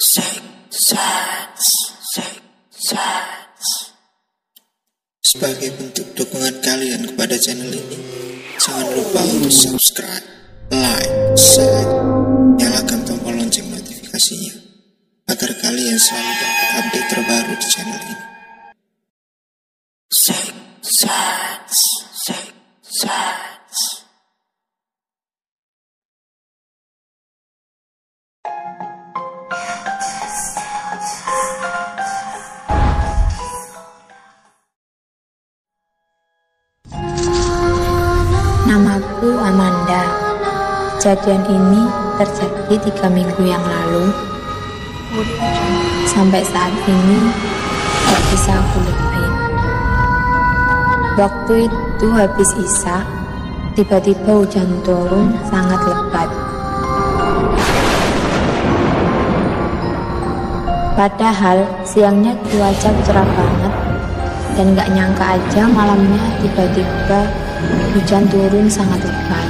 Sebagai bentuk dukungan kalian kepada channel ini, jangan lupa untuk subscribe, like, share, nyalakan tombol lonceng notifikasinya agar kalian selalu dapat update terbaru di channel ini. Namaku Amanda. Kejadian ini terjadi 3 minggu yang lalu. Sampai saat ini gak bisa aku lupain. Waktu itu habis Isya, tiba-tiba hujan turun sangat lebat. Padahal siangnya cuaca cerah banget, dan gak nyangka aja malamnya tiba-tiba hujan turun sangat lebat.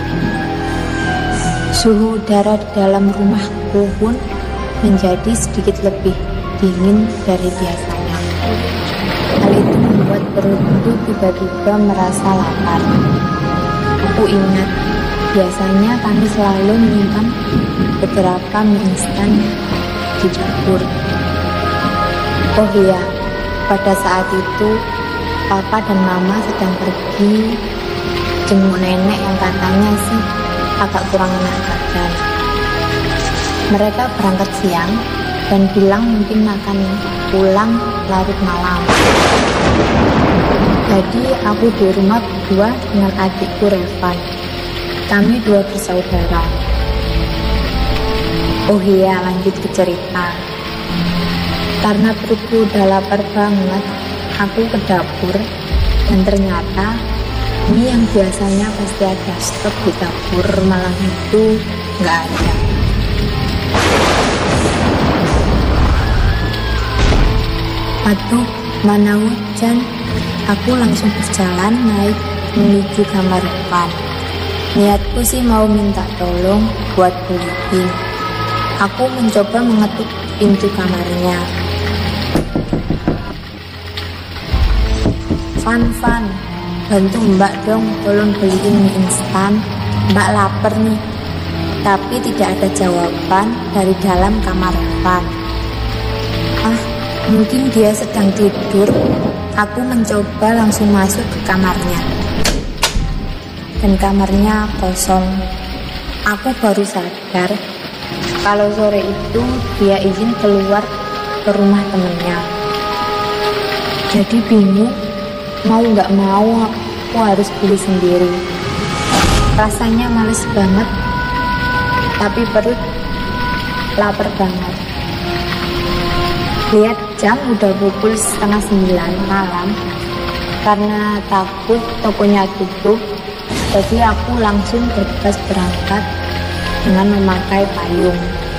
Suhu udara di dalam rumahku pun menjadi sedikit lebih dingin dari biasanya. Hal itu membuat perutku tiba-tiba merasa lapar. Aku ingat, biasanya kami selalu menyimpan beberapa mie instan di dapur. Oh iya, pada saat itu Papa dan Mama sedang pergi jenguk nenek yang katanya sih agak kurang enak badan. Mereka berangkat siang dan bilang mungkin akan pulang larut malam. Jadi aku di rumah berdua dengan adikku Revan. Kami 2 bersaudara. Oh iya, lanjut ke cerita. Karena perutku udah lapar banget, aku ke dapur dan ternyata mie yang biasanya pasti ada stok di dapur malam itu nggak ada. Aduh, mana hujan. Aku langsung berjalan naik menuju kamar depan. Niatku sih mau minta tolong buat beliin. Aku mencoba mengetuk pintu kamarnya. Van, bantu Mbak dong, tolong beliin mie instan. Mbak lapar nih. Tapi tidak ada jawaban dari dalam kamar Van. Mungkin dia sedang tidur. Aku mencoba langsung masuk ke kamarnya. Dan kamarnya kosong. Aku baru sadar kalau sore itu dia izin keluar ke rumah temennya. Jadi bingung, mau gak mau aku harus beli sendiri. Rasanya males banget, tapi perut lapar banget. Lihat jam udah pukul 8:30 malam. Karena takut tokonya tutup, jadi aku langsung bergegas berangkat dengan memakai payung.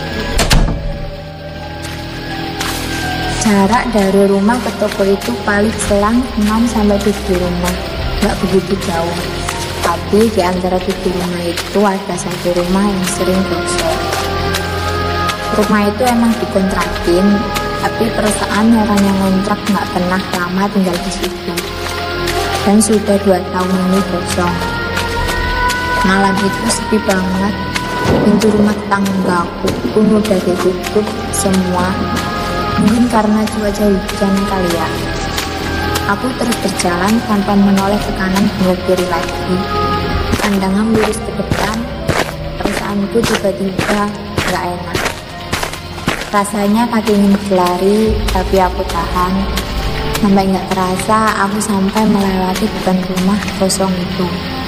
Jarak dari rumah ke toko itu paling selang 6-7 rumah, gak begitu jauh. Tapi di antara 7 rumah itu ada 1 rumah yang sering gosong. Rumah itu emang dikontrakin, tapi perasaan orang yang ngontrak gak pernah lama tinggal di situ. Dan sudah 2 tahun ini kosong. Malam itu sepi banget. Pintu rumah tetanggaku pun udah ditutup semua. Mungkin karena cuaca hujan kali ya. Aku terus berjalan tanpa menoleh ke kanan hingga kiri lagi. Pandangan lurus ke depan. Perasaanku tiba-tiba gak enak. Rasanya kaki ingin berlari, tapi aku tahan. Sampai gak terasa aku sampai melewati depan rumah kosong itu.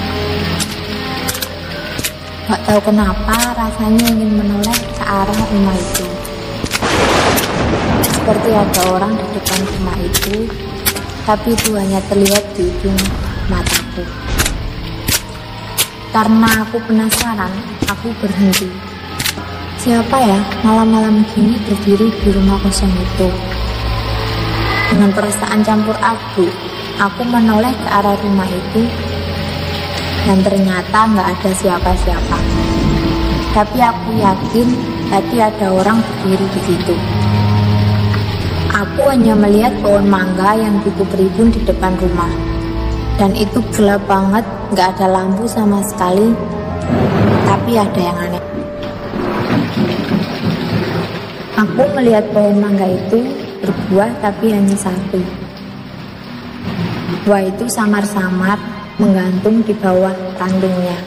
Gak tahu kenapa rasanya ingin menoleh ke arah rumah itu. Seperti ada orang di depan rumah itu, tapi itu hanya terlihat di ujung mataku. Karena aku penasaran, aku berhenti. Siapa ya malam-malam gini berdiri di rumah kosong itu? Dengan perasaan campur aduk, aku menoleh ke arah rumah itu dan ternyata nggak ada siapa-siapa. Tapi aku yakin tadi ada orang berdiri di situ. Aku hanya melihat pohon mangga yang cukup rimbun di depan rumah. Dan itu gelap banget, gak ada lampu sama sekali. Tapi ada yang aneh. Aku melihat pohon mangga itu berbuah tapi hanya satu. Buah itu samar-samar menggantung di bawah rantingnya.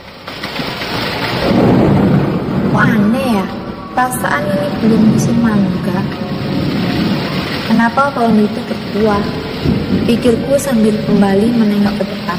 Kok aneh ya? Perasaan ini belum musim mangga. Kenapa pohon itu berbuah? Pikirku sambil kembali menengok ke depan.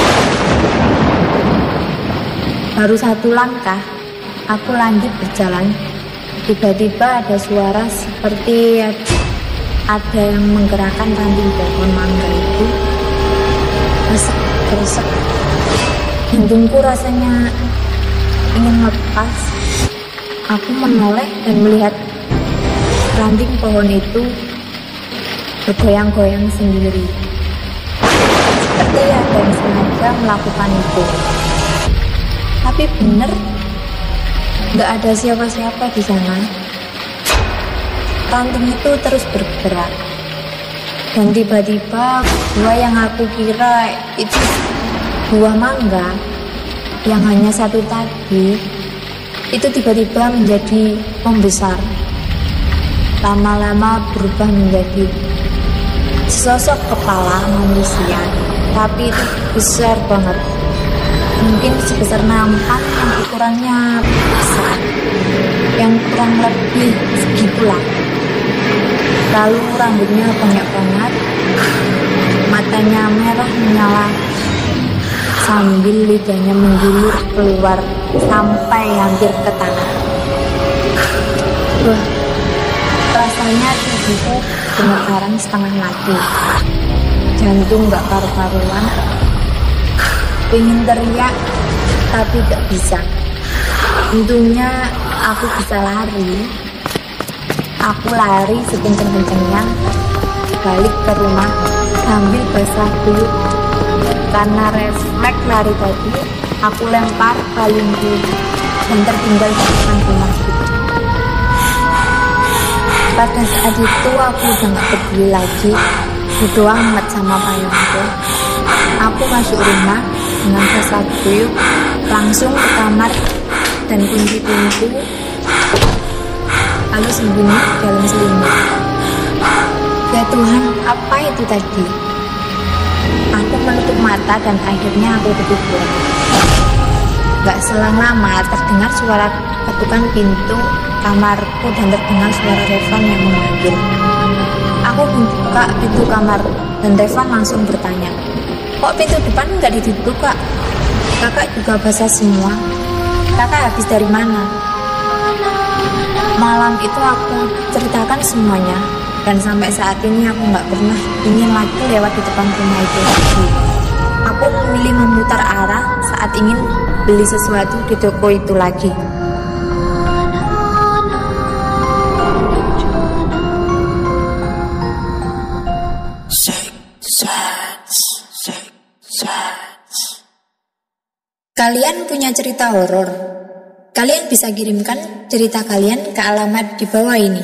Baru satu langkah, aku lanjut berjalan. Tiba-tiba ada suara seperti ada yang menggerakkan ranting pohon mangga itu. Resek-resek. Jantungku rasanya ingin lepas. Aku menoleh dan melihat ranting pohon itu bergoyang-goyang sendiri. Seperti ada yang sengaja melakukan itu. Tapi bener, gak ada siapa-siapa di sana. Ranting itu terus bergerak. Dan tiba-tiba buah yang aku kira itu buah mangga yang hanya satu tadi, itu tiba-tiba menjadi membesar. Lama-lama berubah menjadi sesosok kepala manusia, tapi itu besar banget. Mungkin sebesar nampan yang ukurannya besar, yang kurang lebih segitulah. Lalu rambutnya banyak banget, matanya merah menyala, sambil lidahnya menggulur keluar sampai hampir ke tanah. Wah, rasanya tubuhku gemetaran setengah mati. Jantung gak karu-karuan. Pengen teriak, tapi gak bisa. Untungnya aku bisa lari. Aku lari sekencang-kencangnya balik ke rumah sambil basah kuyup. Karena refleks lari tadi, aku lempar payungku dan tertinggal di depan rumah itu. Pada saat itu aku udah gak peduli lagi, bodo amat sama payungku. Aku masuk rumah dengan basah kuyup, langsung ke kamar dan kunci pintu, lalu sembunyi dalam selimut. Ya Tuhan, apa itu tadi? Aku menutup mata dan akhirnya aku ketiduran. Gak selang lama terdengar suara ketukan pintu kamarku dan terdengar suara Revan yang memanggil. Aku membuka pintu kamar dan Revan langsung bertanya, "Kok pintu depan nggak ditutup, Kak? Kakak juga basah semua. Kakak habis dari mana?" Malam itu aku ceritakan semuanya, dan sampai saat ini aku nggak pernah ingin lagi lewat di depan rumah itu lagi. Aku memilih memutar arah saat ingin beli sesuatu di toko itu lagi. Kalian punya cerita horor? Kalian bisa kirimkan cerita kalian ke alamat di bawah ini.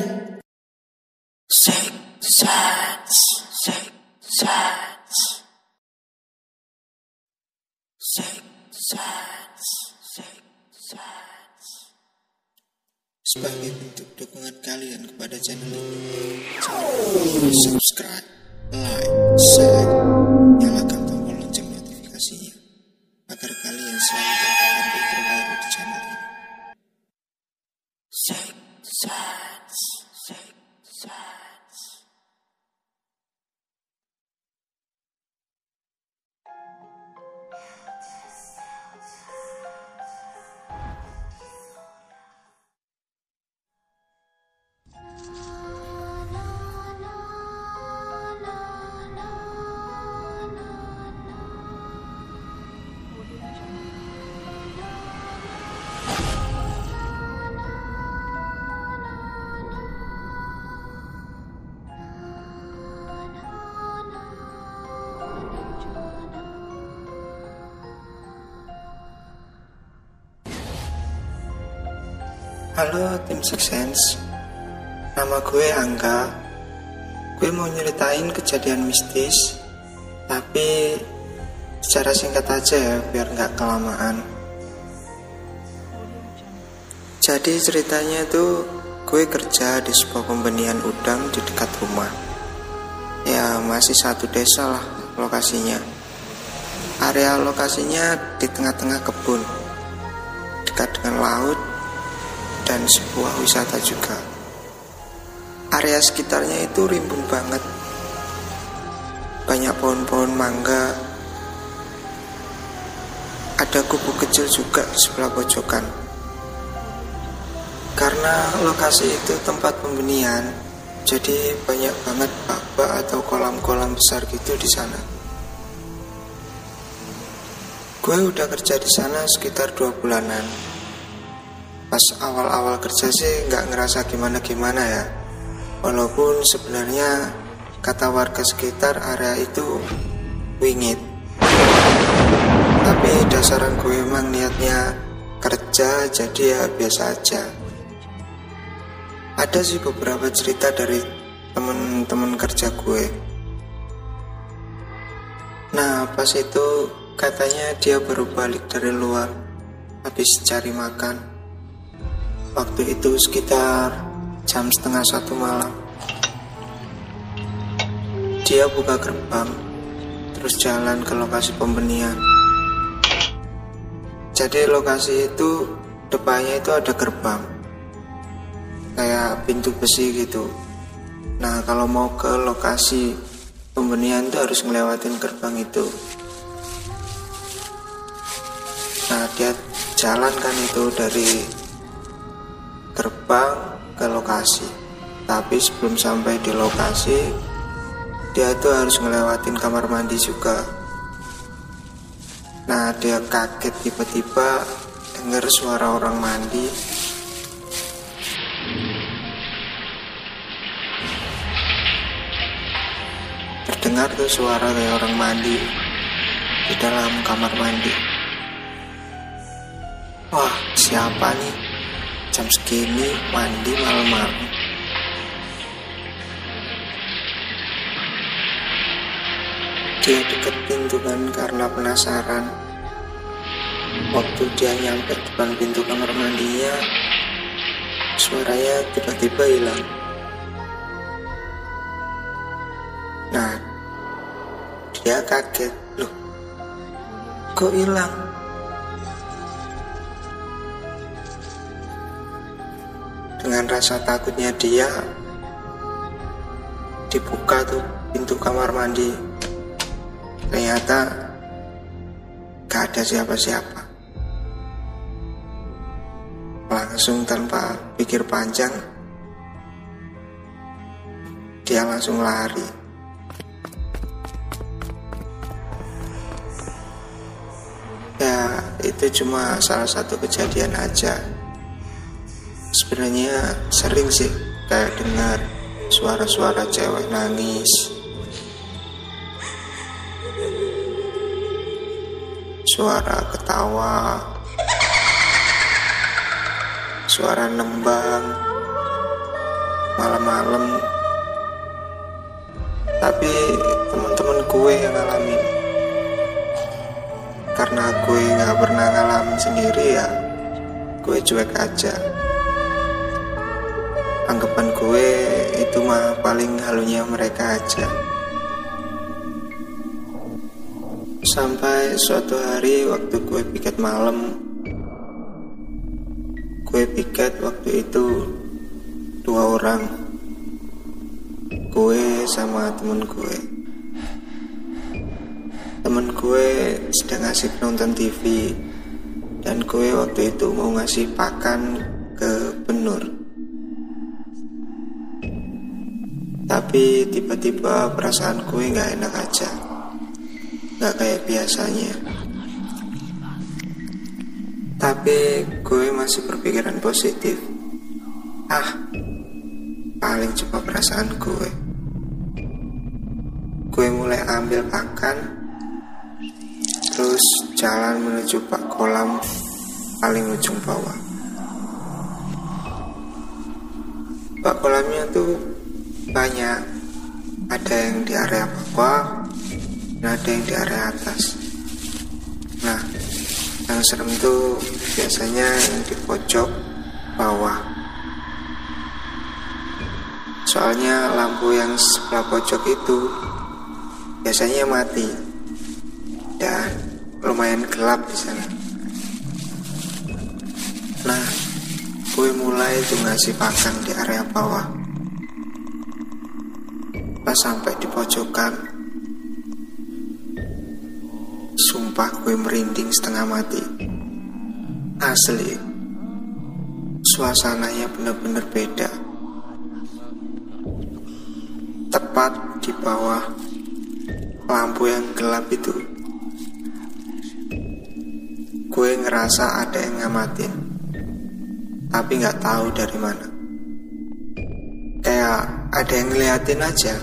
Sebagai bentuk dukungan kalian kepada channel ini, jangan lupa subscribe, like, share, nyalakan tombol lonceng notifikasinya agar kalian selalu dapat update terbaru di channel ini. Halo tim Six Sense, nama gue Angga. Gue mau nyeritain kejadian mistis, tapi secara singkat aja ya biar gak kelamaan. Jadi ceritanya itu gue kerja di sebuah pembenihan udang di dekat rumah. Ya masih satu desa lah lokasinya. Area lokasinya di tengah-tengah kebun, dekat dengan laut dan sebuah wisata juga. Area sekitarnya itu rimbun banget, banyak pohon-pohon mangga. Ada kubu kecil juga di sebelah pojokan. Karena lokasi itu tempat pembenihan, jadi banyak banget bak-bak atau kolam-kolam besar gitu di sana. Gue udah kerja di sana sekitar 2 bulanan. Pas awal-awal kerja sih nggak ngerasa gimana-gimana ya. Walaupun sebenarnya kata warga sekitar area itu wingit. Tapi dasaran gue emang niatnya kerja, jadi ya biasa aja. Ada sih beberapa cerita dari temen-temen kerja gue. Nah pas itu katanya dia baru balik dari luar habis cari makan. Waktu itu sekitar jam 12:30 malam. Dia buka gerbang, terus jalan ke lokasi pembenihan. Jadi lokasi itu depannya itu ada gerbang, kayak pintu besi gitu. Nah kalau mau ke lokasi pembenihan itu harus ngelewatin gerbang itu. Nah dia jalan kan itu dari gerbang ke lokasi. Tapi sebelum sampai di lokasi, dia tuh harus ngelewatin kamar mandi juga. Nah dia kaget tiba-tiba dengar suara orang mandi. Terdengar tuh suara kayak orang mandi di dalam kamar mandi. Wah siapa nih jam segini mandi malam-malam? Dia deketin tuh kan karena penasaran. Waktu dia nyampe depan pintu kamar mandinya, suaranya tiba-tiba hilang. Nah dia kaget, loh kok hilang? Dengan rasa takutnya dia dibuka tuh pintu kamar mandi. Ternyata gak ada siapa-siapa. Langsung tanpa pikir panjang, dia langsung lari. Ya itu cuma salah satu kejadian aja. Sebenarnya sering sih kayak dengar suara-suara cewek nangis, suara ketawa, suara nembang malam-malam. Tapi teman-teman gue yang ngalamin. Karena gue gak pernah ngalamin sendiri ya, gue cuek aja. Anggapan gue itu mah paling halunya mereka aja. Sampai suatu hari waktu gue piket malam. Gue piket waktu itu 2 orang, gue sama temen gue. Temen gue sedang asik nonton TV, dan gue waktu itu mau ngasih pakan ke penur. Tapi tiba-tiba perasaan gue gak enak aja, gak kayak biasanya. Tapi gue masih berpikiran positif. Paling cuma perasaan gue. Gue mulai ambil pakan, terus jalan menuju kolam paling ujung bawah. bak kolamnya tuh banyak, ada yang di area bawah dan ada yang di area atas. Nah, yang serem tuh biasanya yang di pojok bawah, soalnya lampu yang sebelah pojok itu biasanya mati dan lumayan gelap di sana. Nah, gue mulai tuh ngasih pakan di area bawah. Pas sampai di pojokan, sumpah gue merinding setengah mati. Asli, suasananya bener-bener beda. Tepat di bawah lampu yang gelap itu, gue ngerasa ada yang ngamatin, tapi gak tahu dari mana. Kayak ada yang ngeliatin aja.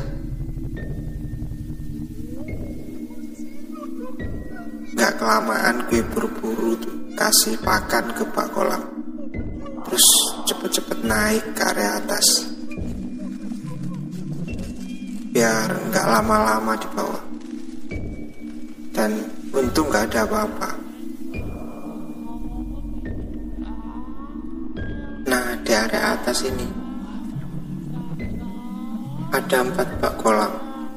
Gak kelamaan gue buru-buru tuh kasih pakan ke bak kolam, terus cepet-cepet naik ke area atas biar gak lama-lama di bawah. Dan untung gak ada apa-apa. Nah, di area atas ini ada 4 bak kolam.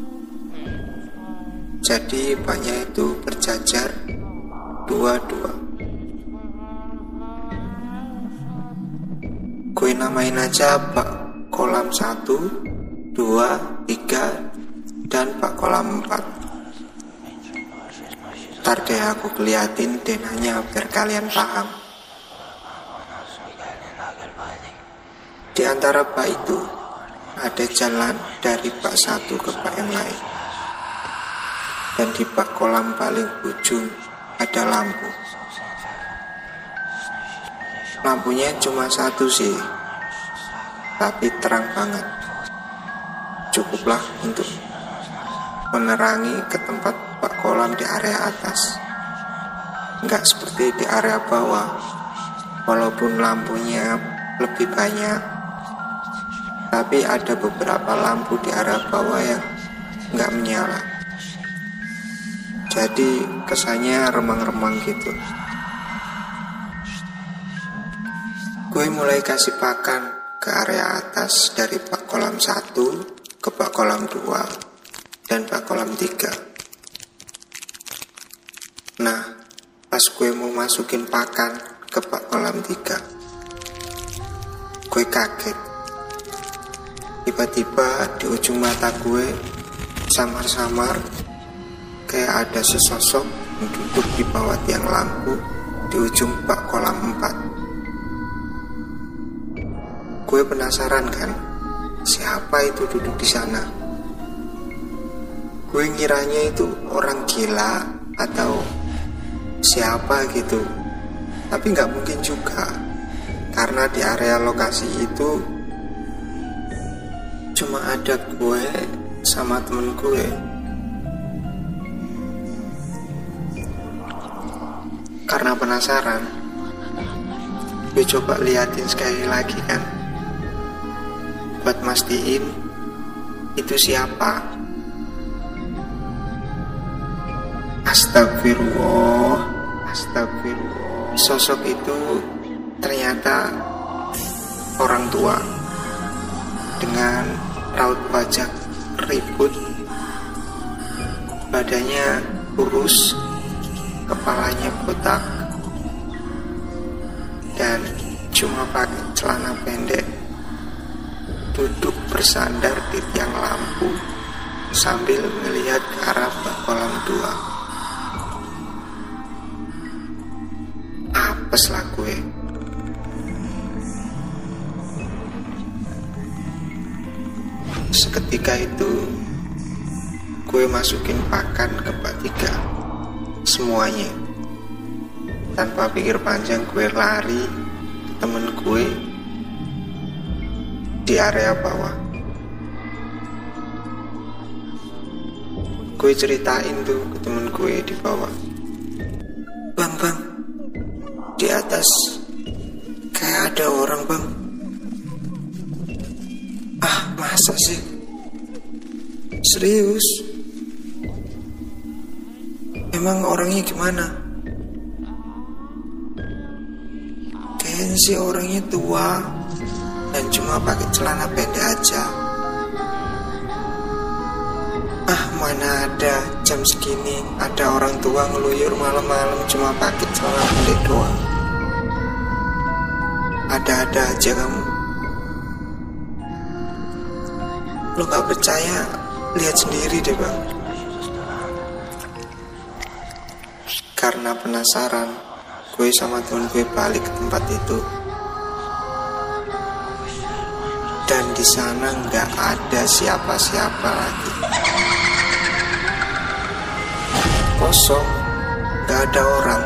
Jadi baknya itu berjajar 2-2. Gue namain aja bak kolam 1, 2, 3, dan bak kolam 4. Ntar deh aku keliatin denahnya biar kalian paham. Di antara bak itu ada jalan dari bak satu ke bak yang lain. Dan di bak kolam paling ujung ada lampu. Lampunya cuma satu sih, tapi terang banget. Cukuplah untuk menerangi ke tempat bak kolam di area atas. Nggak seperti di area bawah, walaupun lampunya lebih banyak, tapi ada beberapa lampu di area bawah yang nggak menyala. Jadi kesannya remang-remang gitu. Gue mulai kasih pakan ke area atas dari bak kolam 1 ke bak kolam 2 dan bak kolam 3. Nah, pas gue mau masukin pakan ke bak kolam 3, gue kaget. Tiba-tiba di ujung mata gue samar-samar kayak ada sesosok yang duduk di bawah tiang lampu di ujung bak kolam 4. Gue penasaran kan, siapa itu duduk di sana? Gue ngiranya itu orang gila atau siapa gitu, tapi nggak mungkin juga, karena di area lokasi itu cuma ada gue sama temen gue. Karena penasaran, gue coba liatin sekali lagi kan, buat mastiin itu siapa. Astagfirullah. Sosok itu ternyata orang tua dengan raut wajah ribut, badannya kurus, kepalanya botak, dan cuma pakai celana pendek, duduk bersandar di tiang lampu sambil melihat ke arah bak kolam 2. Apes lah gue. Seketika itu gue masukin pakan ke bak 3 semuanya. Tanpa pikir panjang gue lari ke temen gue di area bawah. Gue ceritain tuh ke temen gue di bawah, Bang, di atas kayak ada orang bang. Masa sih? Serius? Emang orangnya gimana? Kayaknya sih orangnya tua dan cuma pakai celana pendek aja. Mana ada jam segini ada orang tua ngeluyur malam-malam cuma pakai celana pendek doang. Ada-ada aja kamu. Lo gak percaya? Lihat sendiri deh bang. Karena penasaran, gue sama temen gue balik ke tempat itu. Dan di sana nggak ada siapa-siapa lagi. Kosong, nggak ada orang.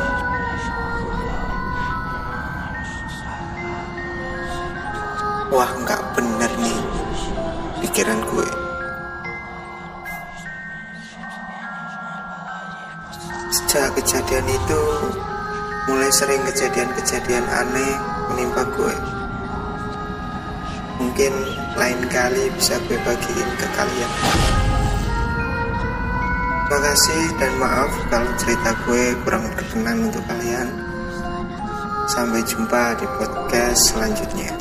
Wah, nggak bener nih pikiran gue. Sejak kejadian itu, mulai sering kejadian-kejadian aneh menimpa gue. Mungkin lain kali bisa gue bagiin ke kalian. Makasih dan maaf kalau cerita gue kurang berkenan untuk kalian. Sampai jumpa di podcast selanjutnya.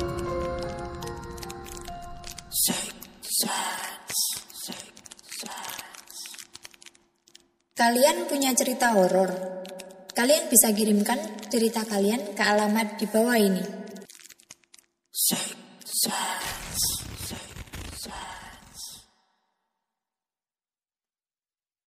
Kalian punya cerita horor? Kalian bisa kirimkan cerita kalian ke alamat di bawah ini.